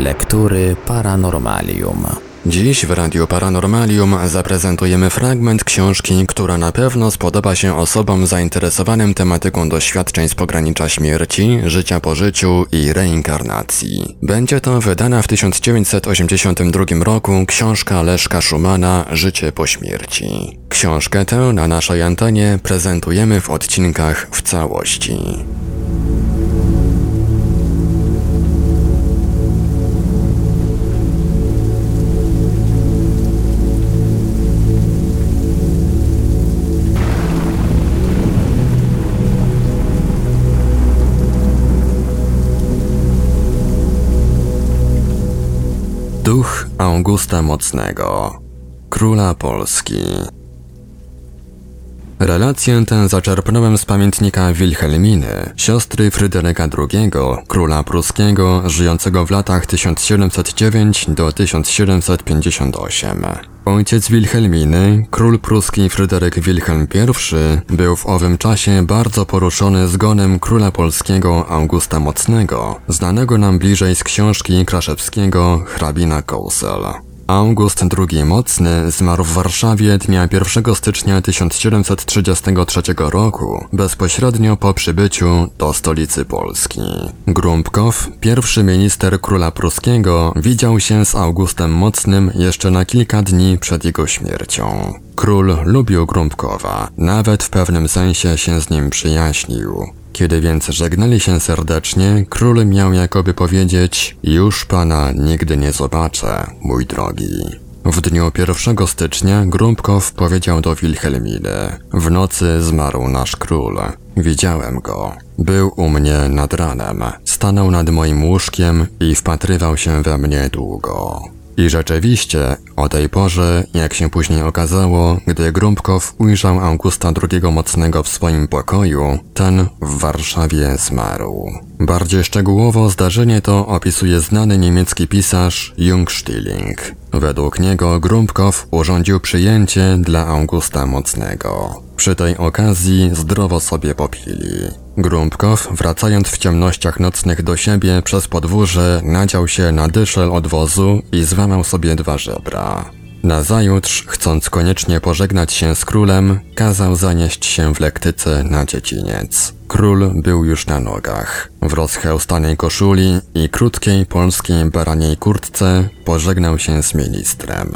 Lektury Paranormalium. Dziś w Radiu Paranormalium zaprezentujemy fragment książki, która na pewno spodoba się osobom zainteresowanym tematyką doświadczeń z pogranicza śmierci, życia po życiu i reinkarnacji. Będzie to wydana w 1982 roku książka Leszka Szumana Życie po śmierci. Książkę tę na naszej antenie prezentujemy w odcinkach w całości. Duch Augusta Mocnego, króla Polski. Relację tę zaczerpnąłem z pamiętnika Wilhelminy, siostry Fryderyka II, króla pruskiego, żyjącego w latach 1709 do 1758. Ojciec Wilhelminy, król pruski Fryderyk Wilhelm I, był w owym czasie bardzo poruszony zgonem króla polskiego Augusta Mocnego, znanego nam bliżej z książki Kraszewskiego Hrabina Kołsel. August II Mocny zmarł w Warszawie dnia 1 stycznia 1733 roku, bezpośrednio po przybyciu do stolicy Polski. Grumbkow, pierwszy minister króla pruskiego, widział się z Augustem Mocnym jeszcze na kilka dni przed jego śmiercią. Król lubił Grumbkowa, nawet w pewnym sensie się z nim przyjaźnił. Kiedy więc żegnali się serdecznie, król miał jakoby powiedzieć: już pana nigdy nie zobaczę, mój drogi. W dniu 1 stycznia Grumbkow powiedział do Wilhelminy: w nocy zmarł nasz król. Widziałem go. Był u mnie nad ranem. Stanął nad moim łóżkiem i wpatrywał się we mnie długo. I rzeczywiście, o tej porze, jak się później okazało, gdy Grumbkow ujrzał Augusta II Mocnego w swoim pokoju, ten w Warszawie zmarł. Bardziej szczegółowo zdarzenie to opisuje znany niemiecki pisarz Jung-Stilling. Według niego Grumbkow urządził przyjęcie dla Augusta Mocnego. Przy tej okazji zdrowo sobie popili. Grumbkow, wracając w ciemnościach nocnych do siebie przez podwórze, nadział się na dyszel od wozu i złamał sobie 2 żebra. Nazajutrz, chcąc koniecznie pożegnać się z królem, kazał zanieść się w lektyce na dziedziniec. Król był już na nogach. W rozchełstanej koszuli i krótkiej polskiej baraniej kurtce pożegnał się z ministrem.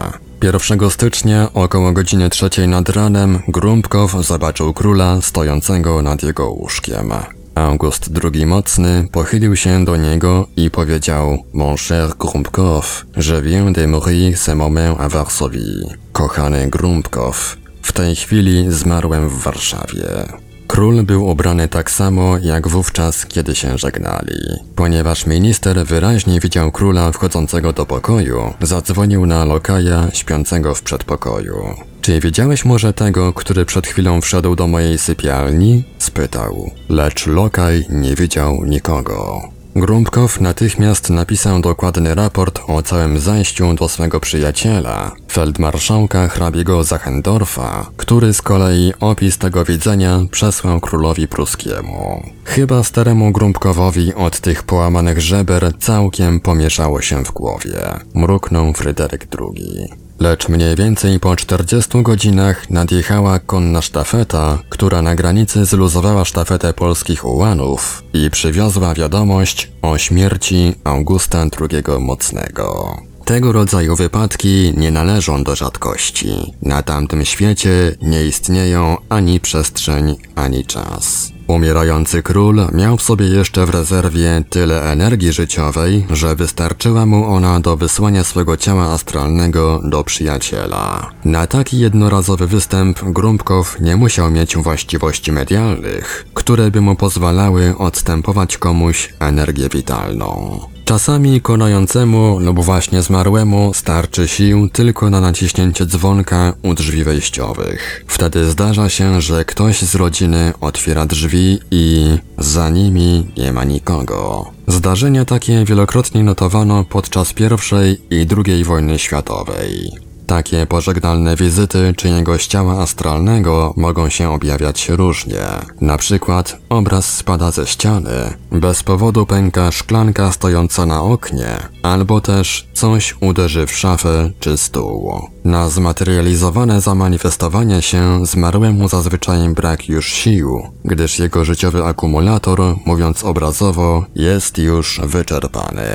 1 stycznia około godziny 3 nad ranem Grumbkow zobaczył króla stojącego nad jego łóżkiem. August II Mocny pochylił się do niego i powiedział: Mon cher Grumbkow, je viens de mourir ce moment à Varsovie. Kochany Grumbkow, w tej chwili zmarłem w Warszawie. Król był ubrany tak samo jak wówczas, kiedy się żegnali. Ponieważ minister wyraźnie widział króla wchodzącego do pokoju, zadzwonił na lokaja śpiącego w przedpokoju. Czy widziałeś może tego, który przed chwilą wszedł do mojej sypialni? Spytał. Lecz lokaj nie widział nikogo. Grumbkow natychmiast napisał dokładny raport o całym zajściu do swego przyjaciela, feldmarszałka hrabiego Zachendorfa, który z kolei opis tego widzenia przesłał królowi pruskiemu. Chyba staremu Grumbkowowi od tych połamanych żeber całkiem pomieszało się w głowie, mruknął Fryderyk II. Lecz mniej więcej po 40 godzinach nadjechała konna sztafeta, która na granicy zluzowała sztafetę polskich ułanów i przywiozła wiadomość o śmierci Augusta II Mocnego. Tego rodzaju wypadki nie należą do rzadkości. Na tamtym świecie nie istnieją ani przestrzeń, ani czas. Umierający król miał w sobie jeszcze w rezerwie tyle energii życiowej, że wystarczyła mu ona do wysłania swego ciała astralnego do przyjaciela. Na taki jednorazowy występ Grumbkow nie musiał mieć właściwości medialnych, które by mu pozwalały odstępować komuś energię witalną. Czasami konającemu lub właśnie zmarłemu starczy sił tylko na naciśnięcie dzwonka u drzwi wejściowych. Wtedy zdarza się, że ktoś z rodziny otwiera drzwi i za nimi nie ma nikogo. Zdarzenia takie wielokrotnie notowano podczas I i II wojny światowej. Takie pożegnalne wizyty czyjegoś ciała astralnego mogą się objawiać różnie. Na przykład obraz spada ze ściany, bez powodu pęka szklanka stojąca na oknie, albo też coś uderzy w szafę czy stół. Na zmaterializowane zamanifestowanie się zmarłemu zazwyczaj brak już sił, gdyż jego życiowy akumulator, mówiąc obrazowo, jest już wyczerpany.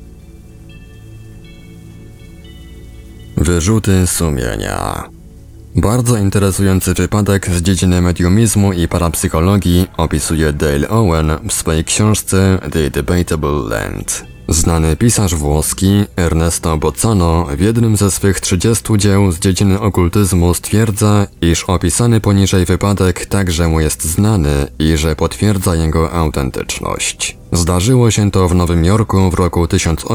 Wyrzuty sumienia. Bardzo interesujący wypadek z dziedziny mediumizmu i parapsychologii opisuje Dale Owen w swojej książce The Debatable Land. Znany pisarz włoski Ernesto Bozzano w jednym ze swych 30 dzieł z dziedziny okultyzmu stwierdza, iż opisany poniżej wypadek także mu jest znany i że potwierdza jego autentyczność. Zdarzyło się to w Nowym Jorku w roku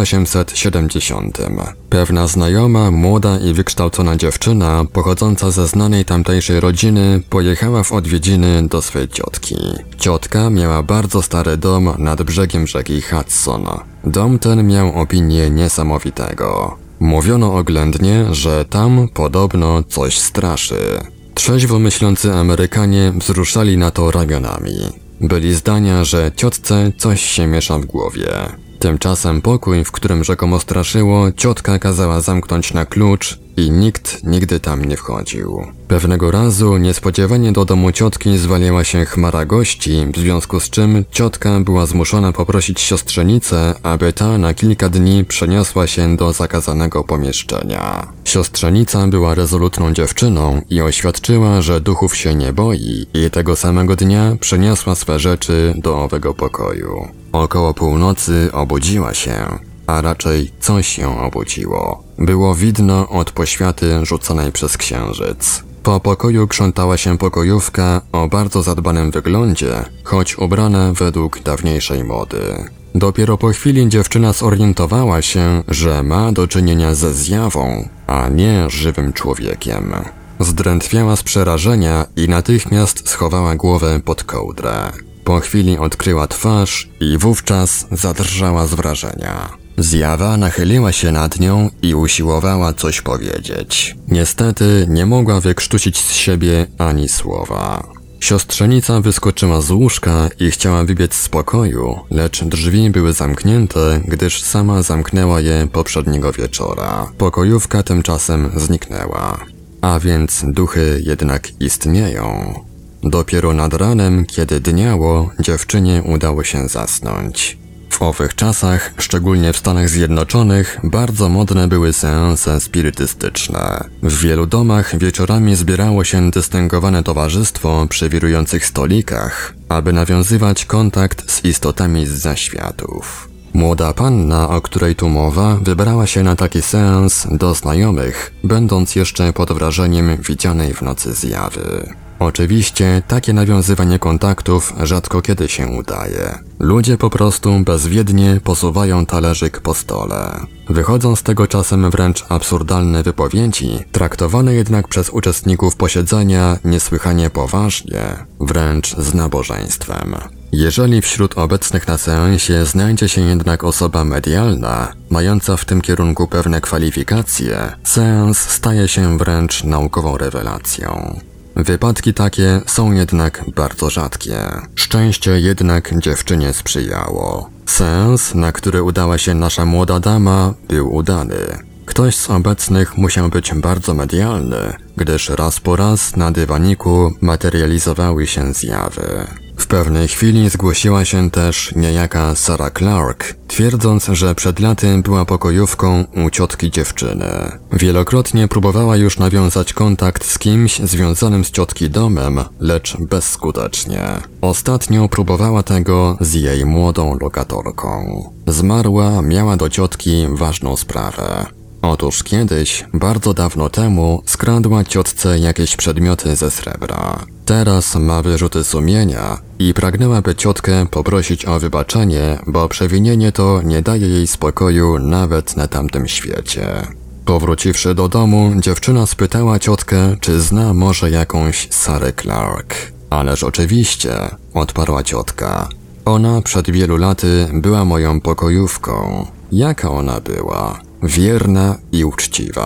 1870. Pewna znajoma, młoda i wykształcona dziewczyna, pochodząca ze znanej tamtejszej rodziny, pojechała w odwiedziny do swej ciotki. Ciotka miała bardzo stary dom nad brzegiem rzeki Hudson. Dom ten miał opinię niesamowitego. Mówiono oględnie, że tam podobno coś straszy. Trzeźwo myślący Amerykanie wzruszali na to ramionami. Byli zdania, że ciotce coś się miesza w głowie. Tymczasem pokój, w którym rzekomo straszyło, ciotka kazała zamknąć na klucz i nikt nigdy tam nie wchodził. Pewnego razu niespodziewanie do domu ciotki zwaliła się chmara gości, w związku z czym ciotka była zmuszona poprosić siostrzenicę, aby ta na kilka dni przeniosła się do zakazanego pomieszczenia. Siostrzenica była rezolutną dziewczyną i oświadczyła, że duchów się nie boi i tego samego dnia przeniosła swe rzeczy do owego pokoju. Około północy obudziła się, a raczej coś ją obudziło. Było widno od poświaty rzuconej przez księżyc. Po pokoju krzątała się pokojówka o bardzo zadbanym wyglądzie, choć ubrana według dawniejszej mody. Dopiero po chwili dziewczyna zorientowała się, że ma do czynienia ze zjawą, a nie żywym człowiekiem. Zdrętwiała z przerażenia i natychmiast schowała głowę pod kołdrę. Po chwili odkryła twarz i wówczas zadrżała z wrażenia. Zjawa nachyliła się nad nią i usiłowała coś powiedzieć. Niestety nie mogła wykrztusić z siebie ani słowa. Siostrzenica wyskoczyła z łóżka i chciała wybiec z pokoju, lecz drzwi były zamknięte, gdyż sama zamknęła je poprzedniego wieczora. Pokojówka tymczasem zniknęła. A więc duchy jednak istnieją. Dopiero nad ranem, kiedy dniało, dziewczynie udało się zasnąć. W owych czasach, szczególnie w Stanach Zjednoczonych, bardzo modne były seanse spirytystyczne. W wielu domach wieczorami zbierało się dystyngowane towarzystwo przy wirujących stolikach, aby nawiązywać kontakt z istotami z zaświatów. Młoda panna, o której tu mowa, wybrała się na taki seans do znajomych, będąc jeszcze pod wrażeniem widzianej w nocy zjawy. Oczywiście takie nawiązywanie kontaktów rzadko kiedy się udaje. Ludzie po prostu bezwiednie posuwają talerzyk po stole. Wychodzą z tego czasem wręcz absurdalne wypowiedzi, traktowane jednak przez uczestników posiedzenia niesłychanie poważnie, wręcz z nabożeństwem. Jeżeli wśród obecnych na seansie znajdzie się jednak osoba medialna, mająca w tym kierunku pewne kwalifikacje, seans staje się wręcz naukową rewelacją. Wypadki takie są jednak bardzo rzadkie. Szczęście jednak dziewczynie sprzyjało. Seans, na który udała się nasza młoda dama, był udany. Ktoś z obecnych musiał być bardzo medialny, gdyż raz po raz na dywaniku materializowały się zjawy. W pewnej chwili zgłosiła się też niejaka Sarah Clark, twierdząc, że przed laty była pokojówką u ciotki dziewczyny. Wielokrotnie próbowała już nawiązać kontakt z kimś związanym z ciotki domem, lecz bezskutecznie. Ostatnio próbowała tego z jej młodą lokatorką. Zmarła miała do ciotki ważną sprawę. Otóż kiedyś, bardzo dawno temu, skradła ciotce jakieś przedmioty ze srebra. Teraz ma wyrzuty sumienia i pragnęłaby ciotkę poprosić o wybaczenie, bo przewinienie to nie daje jej spokoju nawet na tamtym świecie. Powróciwszy do domu, dziewczyna spytała ciotkę, czy zna może jakąś Sarah Clark. Ależ oczywiście, odparła ciotka. Ona przed wielu laty była moją pokojówką. Jaka ona była? Wierna i uczciwa.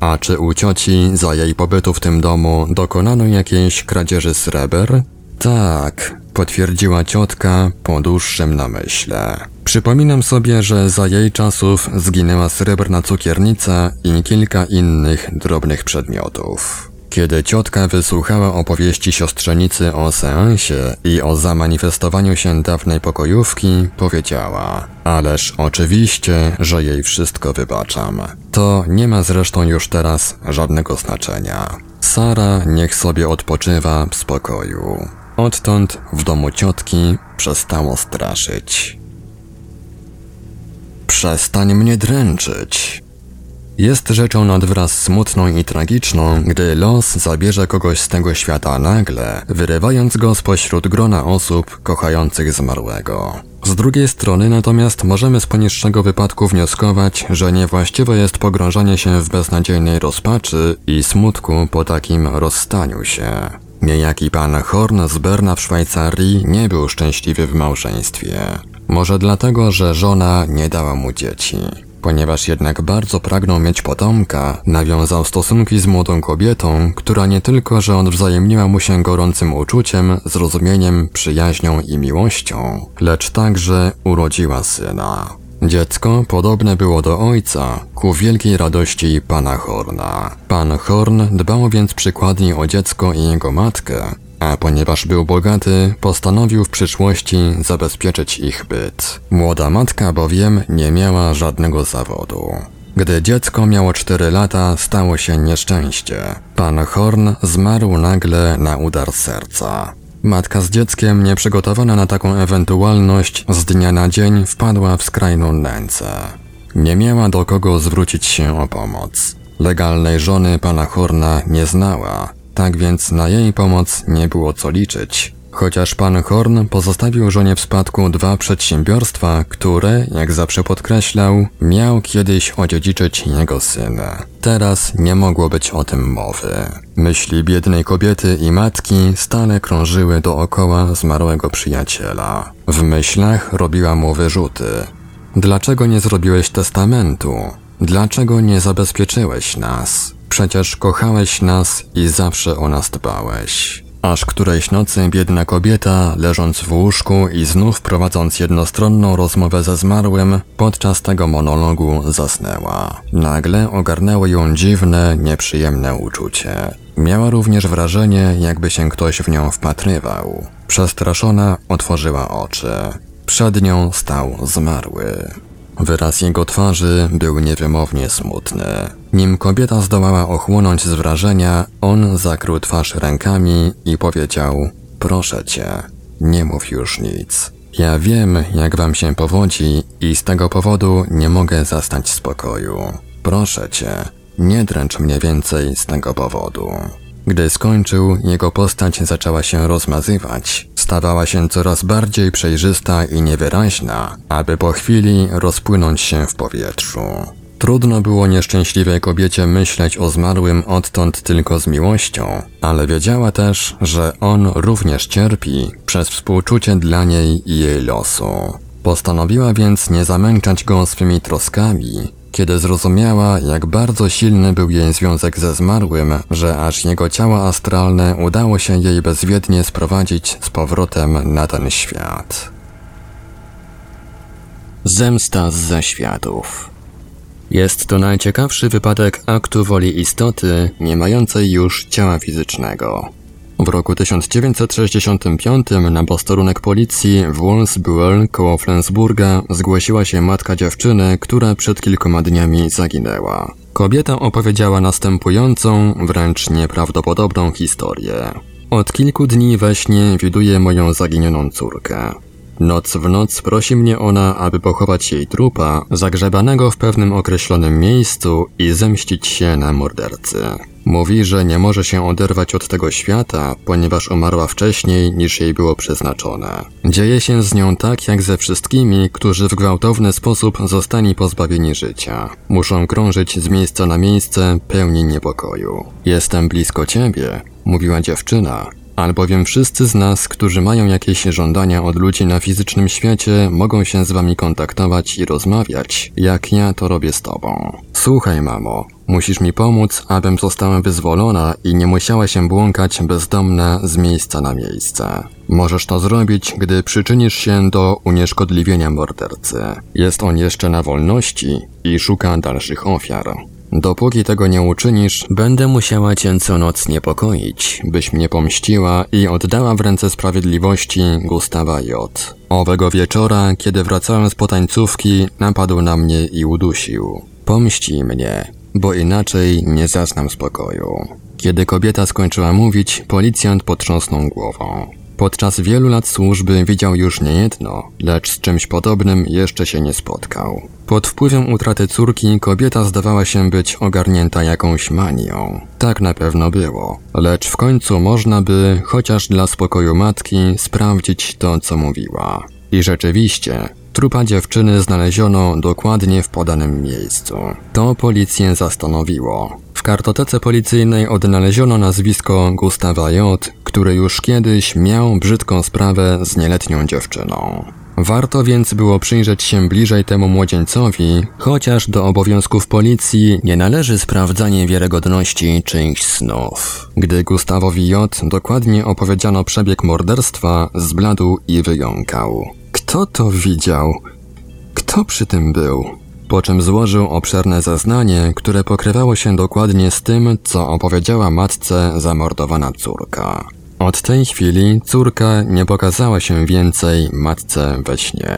A czy u cioci za jej pobytu w tym domu dokonano jakiejś kradzieży sreber? Tak, potwierdziła ciotka po dłuższym namyśle. Przypominam sobie, że za jej czasów zginęła srebrna cukiernica i kilka innych drobnych przedmiotów. Kiedy ciotka wysłuchała opowieści siostrzenicy o seansie i o zamanifestowaniu się dawnej pokojówki, powiedziała: ależ oczywiście, że jej wszystko wybaczam. To nie ma zresztą już teraz żadnego znaczenia. Sara niech sobie odpoczywa w spokoju. Odtąd w domu ciotki przestało straszyć. Przestań mnie dręczyć. Jest rzeczą nad wyraz smutną i tragiczną, gdy los zabierze kogoś z tego świata nagle, wyrywając go spośród grona osób kochających zmarłego. Z drugiej strony natomiast możemy z poniższego wypadku wnioskować, że niewłaściwe jest pogrążanie się w beznadziejnej rozpaczy i smutku po takim rozstaniu się. Niejaki pan Horn z Berna w Szwajcarii nie był szczęśliwy w małżeństwie. Może dlatego, że żona nie dała mu dzieci. Ponieważ jednak bardzo pragnął mieć potomka, nawiązał stosunki z młodą kobietą, która nie tylko, że odwzajemniła mu się gorącym uczuciem, zrozumieniem, przyjaźnią i miłością, lecz także urodziła syna. Dziecko podobne było do ojca, ku wielkiej radości pana Horna. Pan Horn dbał więc przykładnie o dziecko i jego matkę, a ponieważ był bogaty, postanowił w przyszłości zabezpieczyć ich byt. Młoda matka bowiem nie miała żadnego zawodu. Gdy dziecko miało 4 lata, stało się nieszczęście. Pan Horn zmarł nagle na udar serca. Matka z dzieckiem, nieprzygotowana na taką ewentualność, z dnia na dzień wpadła w skrajną nędzę. Nie miała do kogo zwrócić się o pomoc. Legalnej żony pana Horna nie znała, tak więc na jej pomoc nie było co liczyć. Chociaż pan Horn pozostawił żonie w spadku 2 przedsiębiorstwa, które, jak zawsze podkreślał, miał kiedyś odziedziczyć jego syn. Teraz nie mogło być o tym mowy. Myśli biednej kobiety i matki stale krążyły dookoła zmarłego przyjaciela. W myślach robiła mu wyrzuty. Dlaczego nie zrobiłeś testamentu? Dlaczego nie zabezpieczyłeś nas? Przecież kochałeś nas i zawsze o nas dbałeś. Aż którejś nocy biedna kobieta, leżąc w łóżku i znów prowadząc jednostronną rozmowę ze zmarłym, podczas tego monologu zasnęła. Nagle ogarnęło ją dziwne, nieprzyjemne uczucie. Miała również wrażenie, jakby się ktoś w nią wpatrywał. Przestraszona otworzyła oczy. Przed nią stał zmarły. Wyraz jego twarzy był niewymownie smutny. Nim kobieta zdołała ochłonąć z wrażenia, on zakrył twarz rękami i powiedział: proszę cię, nie mów już nic. Ja wiem, jak wam się powodzi i z tego powodu nie mogę zastać spokoju. Proszę cię, nie dręcz mnie więcej z tego powodu. Gdy skończył, jego postać zaczęła się rozmazywać. Stawała się coraz bardziej przejrzysta i niewyraźna, aby po chwili rozpłynąć się w powietrzu. Trudno było nieszczęśliwej kobiecie myśleć o zmarłym odtąd tylko z miłością, ale wiedziała też, że on również cierpi przez współczucie dla niej i jej losu. Postanowiła więc nie zamęczać go swymi troskami, kiedy zrozumiała, jak bardzo silny był jej związek ze zmarłym, że aż jego ciało astralne udało się jej bezwiednie sprowadzić z powrotem na ten świat. Zemsta z zaświatów. Jest to najciekawszy wypadek aktu woli istoty, nie mającej już ciała fizycznego. W roku 1965 na posterunek policji w Wolfsburg koło Flensburga zgłosiła się matka dziewczyny, która przed kilkoma dniami zaginęła. Kobieta opowiedziała następującą, wręcz nieprawdopodobną historię. Od kilku dni we śnie widuję moją zaginioną córkę. Noc w noc prosi mnie ona, aby pochować jej trupa, zagrzebanego w pewnym określonym miejscu i zemścić się na mordercy. Mówi, że nie może się oderwać od tego świata, ponieważ umarła wcześniej niż jej było przeznaczone. Dzieje się z nią tak jak ze wszystkimi, którzy w gwałtowny sposób zostali pozbawieni życia. Muszą krążyć z miejsca na miejsce, pełni niepokoju. Jestem blisko ciebie, mówiła dziewczyna, albowiem wszyscy z nas, którzy mają jakieś żądania od ludzi na fizycznym świecie, mogą się z wami kontaktować i rozmawiać, jak ja to robię z tobą. Słuchaj, mamo, Musisz mi pomóc, abym została wyzwolona i nie musiała się błąkać bezdomna z miejsca na miejsce. Możesz to zrobić, gdy przyczynisz się do unieszkodliwienia mordercy. Jest on jeszcze na wolności i szuka dalszych ofiar. Dopóki tego nie uczynisz, będę musiała cię co noc niepokoić, byś mnie pomściła i oddała w ręce sprawiedliwości Gustawa J. Owego wieczora, kiedy wracałem z potańcówki, napadł na mnie i udusił. Pomścij mnie, bo inaczej nie zaznam spokoju. Kiedy kobieta skończyła mówić, policjant potrząsnął głową. Podczas wielu lat służby widział już niejedno, lecz z czymś podobnym jeszcze się nie spotkał. Pod wpływem utraty córki kobieta zdawała się być ogarnięta jakąś manią. Tak na pewno było, lecz w końcu można by, chociaż dla spokoju matki, sprawdzić to, co mówiła. I rzeczywiście, trupa dziewczyny znaleziono dokładnie w podanym miejscu. To policję zastanowiło. W kartotece policyjnej odnaleziono nazwisko Gustawa J., który już kiedyś miał brzydką sprawę z nieletnią dziewczyną. Warto więc było przyjrzeć się bliżej temu młodzieńcowi, chociaż do obowiązków policji nie należy sprawdzanie wiarygodności czyichś snów. Gdy Gustawowi J. dokładnie opowiedziano przebieg morderstwa, zbladł i wyjąkał. Kto to widział? Kto przy tym był? Po czym złożył obszerne zeznanie, które pokrywało się dokładnie z tym, co opowiedziała matce zamordowana córka. Od tej chwili córka nie pokazała się więcej matce we śnie.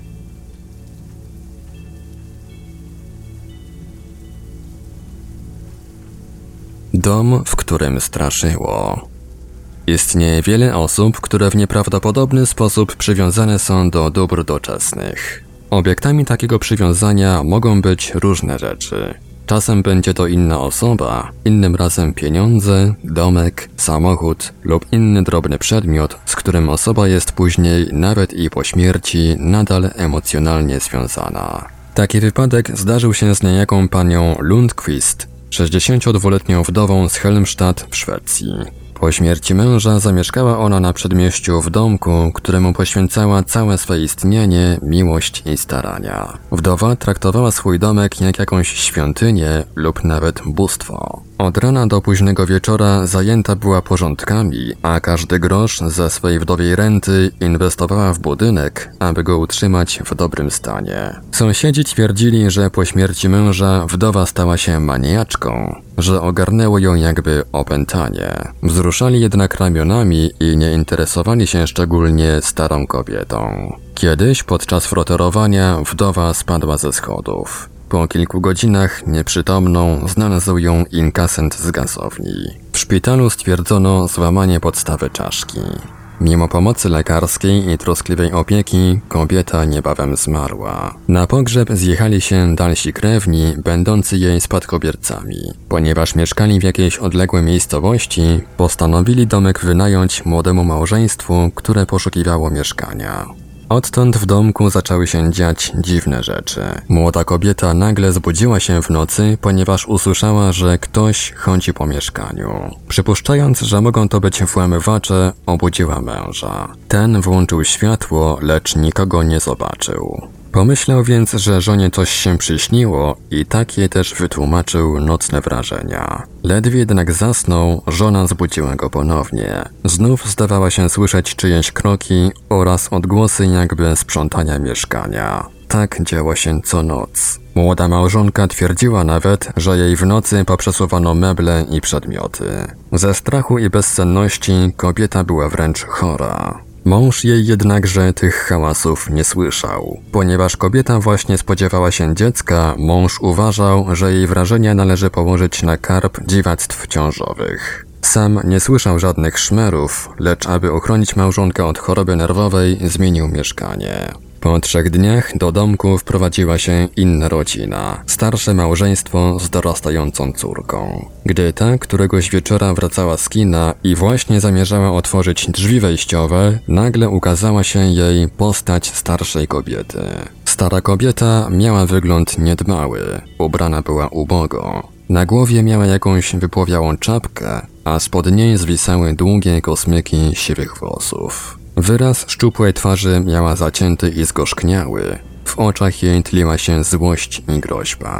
Dom, w którym straszyło. Istnieje wiele osób, które w nieprawdopodobny sposób przywiązane są do dóbr doczesnych. Obiektami takiego przywiązania mogą być różne rzeczy. Czasem będzie to inna osoba, innym razem pieniądze, domek, samochód lub inny drobny przedmiot, z którym osoba jest później, nawet i po śmierci, nadal emocjonalnie związana. Taki wypadek zdarzył się z niejaką panią Lundqvist, 62-letnią wdową z Helmstad w Szwecji. Po śmierci męża zamieszkała ona na przedmieściu w domku, któremu poświęcała całe swe istnienie, miłość i starania. Wdowa traktowała swój domek jak jakąś świątynię lub nawet bóstwo. Od rana do późnego wieczora zajęta była porządkami, a każdy grosz ze swej wdowiej renty inwestowała w budynek, aby go utrzymać w dobrym stanie. Sąsiedzi twierdzili, że po śmierci męża wdowa stała się maniaczką, że ogarnęło ją jakby opętanie. Wzruszali jednak ramionami i nie interesowali się szczególnie starą kobietą. Kiedyś podczas froterowania wdowa spadła ze schodów. Po kilku godzinach, nieprzytomną, znalazł ją inkasent z gazowni. W szpitalu stwierdzono złamanie podstawy czaszki. Mimo pomocy lekarskiej i troskliwej opieki, kobieta niebawem zmarła. Na pogrzeb zjechali się dalsi krewni, będący jej spadkobiercami. Ponieważ mieszkali w jakiejś odległej miejscowości, postanowili domek wynająć młodemu małżeństwu, które poszukiwało mieszkania. Odtąd w domku zaczęły się dziać dziwne rzeczy. Młoda kobieta nagle zbudziła się w nocy, ponieważ usłyszała, że ktoś chodzi po mieszkaniu. Przypuszczając, że mogą to być włamywacze, obudziła męża. Ten włączył światło, lecz nikogo nie zobaczył. Pomyślał więc, że żonie coś się przyśniło i tak jej też wytłumaczył nocne wrażenia. Ledwie jednak zasnął, żona zbudziła go ponownie. Znów zdawała się słyszeć czyjeś kroki oraz odgłosy jakby sprzątania mieszkania. Tak działo się co noc. Młoda małżonka twierdziła nawet, że jej w nocy poprzesuwano meble i przedmioty. Ze strachu i bezsenności kobieta była wręcz chora. Mąż jej jednakże tych hałasów nie słyszał. Ponieważ kobieta właśnie spodziewała się dziecka, mąż uważał, że jej wrażenia należy położyć na karb dziwactw ciążowych. Sam nie słyszał żadnych szmerów, lecz aby ochronić małżonkę od choroby nerwowej, zmienił mieszkanie. Po 3 dniach do domku wprowadziła się inna rodzina, starsze małżeństwo z dorastającą córką. Gdy ta któregoś wieczora wracała z kina i właśnie zamierzała otworzyć drzwi wejściowe, nagle ukazała się jej postać starszej kobiety. Stara kobieta miała wygląd niedbały, ubrana była ubogo. Na głowie miała jakąś wypłowiałą czapkę, a spod niej zwisały długie kosmyki siwych włosów. Wyraz szczupłej twarzy miała zacięty i zgorzkniały. W oczach jej tliła się złość i groźba.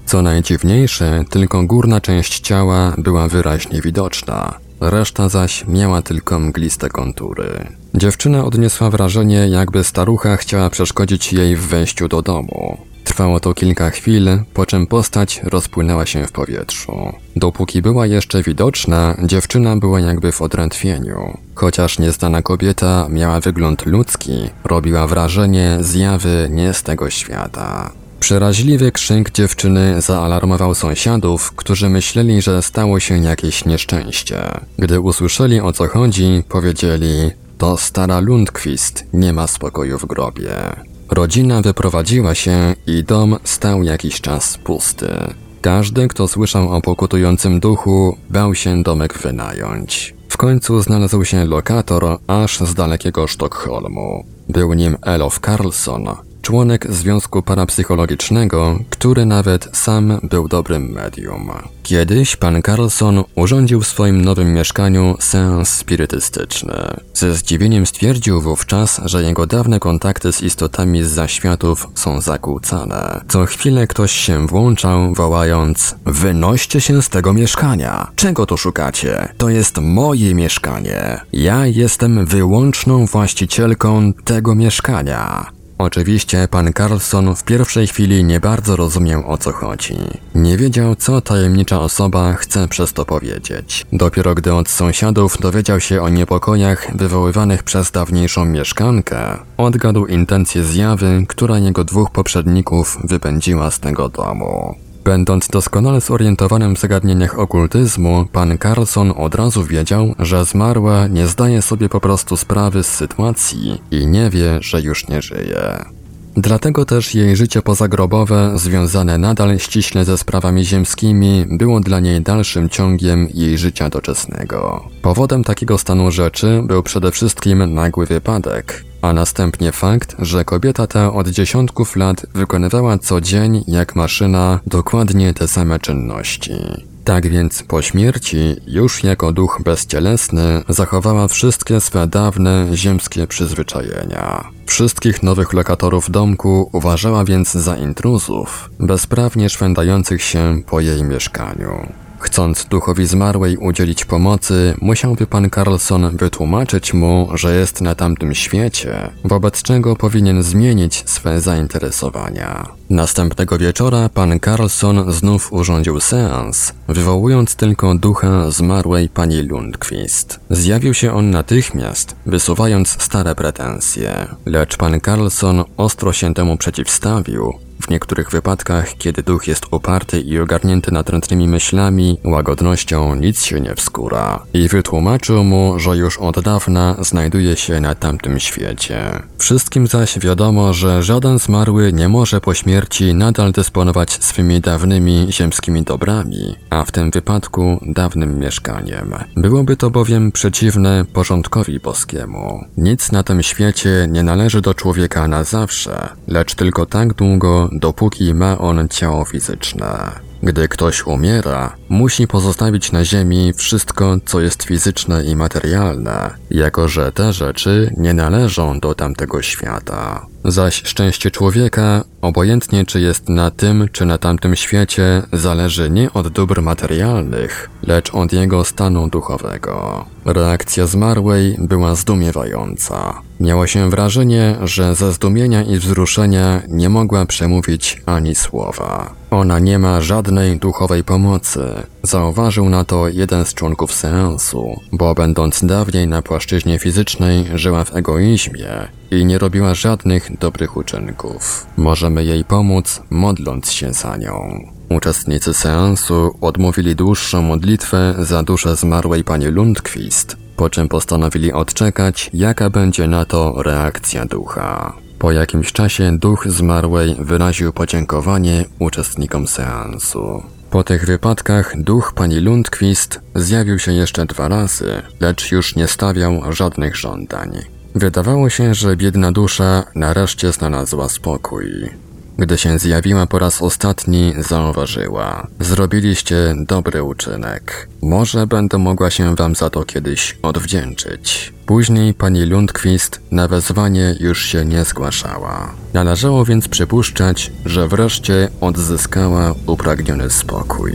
Co najdziwniejsze, tylko górna część ciała była wyraźnie widoczna, reszta zaś miała tylko mgliste kontury. Dziewczyna odniosła wrażenie, jakby starucha chciała przeszkodzić jej w wejściu do domu. Trwało to kilka chwil, po czym postać rozpłynęła się w powietrzu. Dopóki była jeszcze widoczna, dziewczyna była jakby w odrętwieniu. Chociaż nieznana kobieta miała wygląd ludzki, robiła wrażenie zjawy nie z tego świata. Przeraźliwy krzyk dziewczyny zaalarmował sąsiadów, którzy myśleli, że stało się jakieś nieszczęście. Gdy usłyszeli, o co chodzi, powiedzieli: to stara Lundqvist, nie ma spokoju w grobie. Rodzina wyprowadziła się i dom stał jakiś czas pusty. Każdy, kto słyszał o pokutującym duchu, bał się domek wynająć. W końcu znalazł się lokator aż z dalekiego Sztokholmu. Był nim Elof Karlsson, członek związku parapsychologicznego, który nawet sam był dobrym medium. Kiedyś pan Karlsson urządził w swoim nowym mieszkaniu seans spirytystyczny. Ze zdziwieniem stwierdził wówczas, że jego dawne kontakty z istotami z zaświatów są zakłócane. Co chwilę ktoś się włączał, wołając: wynoście się z tego mieszkania! Czego tu szukacie? To jest moje mieszkanie! Ja jestem wyłączną właścicielką tego mieszkania! Oczywiście pan Karlsson w pierwszej chwili nie bardzo rozumiał, o co chodzi. Nie wiedział, co tajemnicza osoba chce przez to powiedzieć. Dopiero gdy od sąsiadów dowiedział się o niepokojach wywoływanych przez dawniejszą mieszkankę, odgadł intencje zjawy, która jego dwóch poprzedników wypędziła z tego domu. Będąc doskonale zorientowanym w zagadnieniach okultyzmu, pan Karlsson od razu wiedział, że zmarła nie zdaje sobie po prostu sprawy z sytuacji i nie wie, że już nie żyje. Dlatego też jej życie pozagrobowe, związane nadal ściśle ze sprawami ziemskimi, było dla niej dalszym ciągiem jej życia doczesnego. Powodem takiego stanu rzeczy był przede wszystkim nagły wypadek, a następnie fakt, że kobieta ta od dziesiątków lat wykonywała co dzień, jak maszyna, dokładnie te same czynności. Tak więc po śmierci, już jako duch bezcielesny, zachowała wszystkie swe dawne, ziemskie przyzwyczajenia. Wszystkich nowych lokatorów domku uważała więc za intruzów, bezprawnie szwendających się po jej mieszkaniu. Chcąc duchowi zmarłej udzielić pomocy, musiałby pan Karlsson wytłumaczyć mu, że jest na tamtym świecie, wobec czego powinien zmienić swe zainteresowania. Następnego wieczora pan Karlsson znów urządził seans, wywołując tylko ducha zmarłej pani Lundqvist. Zjawił się on natychmiast, wysuwając stare pretensje, lecz pan Karlsson ostro się temu przeciwstawił. W niektórych wypadkach, kiedy duch jest uparty i ogarnięty natrętnymi myślami, łagodnością nic się nie wskóra. I wytłumaczył mu, że już od dawna znajduje się na tamtym świecie. Wszystkim zaś wiadomo, że żaden zmarły nie może po śmierci nadal dysponować swymi dawnymi ziemskimi dobrami, a w tym wypadku dawnym mieszkaniem. Byłoby to bowiem przeciwne porządkowi boskiemu. Nic na tym świecie nie należy do człowieka na zawsze, lecz tylko tak długo, dopóki ma on ciało fizyczne. Gdy ktoś umiera, musi pozostawić na ziemi wszystko, co jest fizyczne i materialne, jako że te rzeczy nie należą do tamtego świata. Zaś szczęście człowieka, obojętnie czy jest na tym czy na tamtym świecie, zależy nie od dóbr materialnych, lecz od jego stanu duchowego. Reakcja zmarłej była zdumiewająca. Miało się wrażenie, że ze zdumienia i wzruszenia nie mogła przemówić ani słowa. Ona nie ma żadnej duchowej pomocy. Zauważył na to jeden z członków seansu, bo będąc dawniej na płaszczyźnie fizycznej, żyła w egoizmie i nie robiła żadnych dobrych uczynków. Możemy jej pomóc, modląc się za nią. Uczestnicy seansu odmówili dłuższą modlitwę za duszę zmarłej pani Lundqvist, po czym postanowili odczekać, jaka będzie na to reakcja ducha. Po jakimś czasie duch zmarłej wyraził podziękowanie uczestnikom seansu. Po tych wypadkach duch pani Lundqvist zjawił się jeszcze 2 razy, lecz już nie stawiał żadnych żądań. Wydawało się, że biedna dusza nareszcie znalazła spokój. Gdy się zjawiła po raz ostatni, zauważyła: zrobiliście dobry uczynek. Może będę mogła się wam za to kiedyś odwdzięczyć. Później pani Lundqvist na wezwanie już się nie zgłaszała. Należało więc przypuszczać, że wreszcie odzyskała upragniony spokój.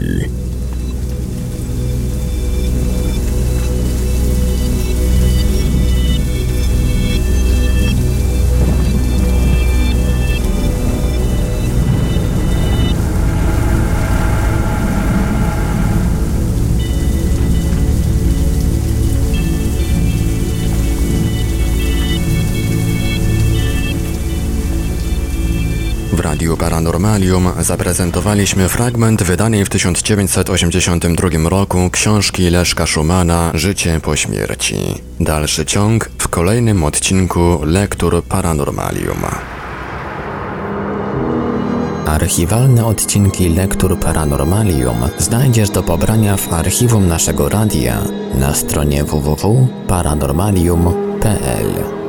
W Radiu Paranormalium zaprezentowaliśmy fragment wydanej w 1982 roku książki Leszka Szumana Życie po śmierci. Dalszy ciąg w kolejnym odcinku Lektur Paranormalium. Archiwalne odcinki Lektur Paranormalium znajdziesz do pobrania w archiwum naszego radia na stronie www.paranormalium.pl.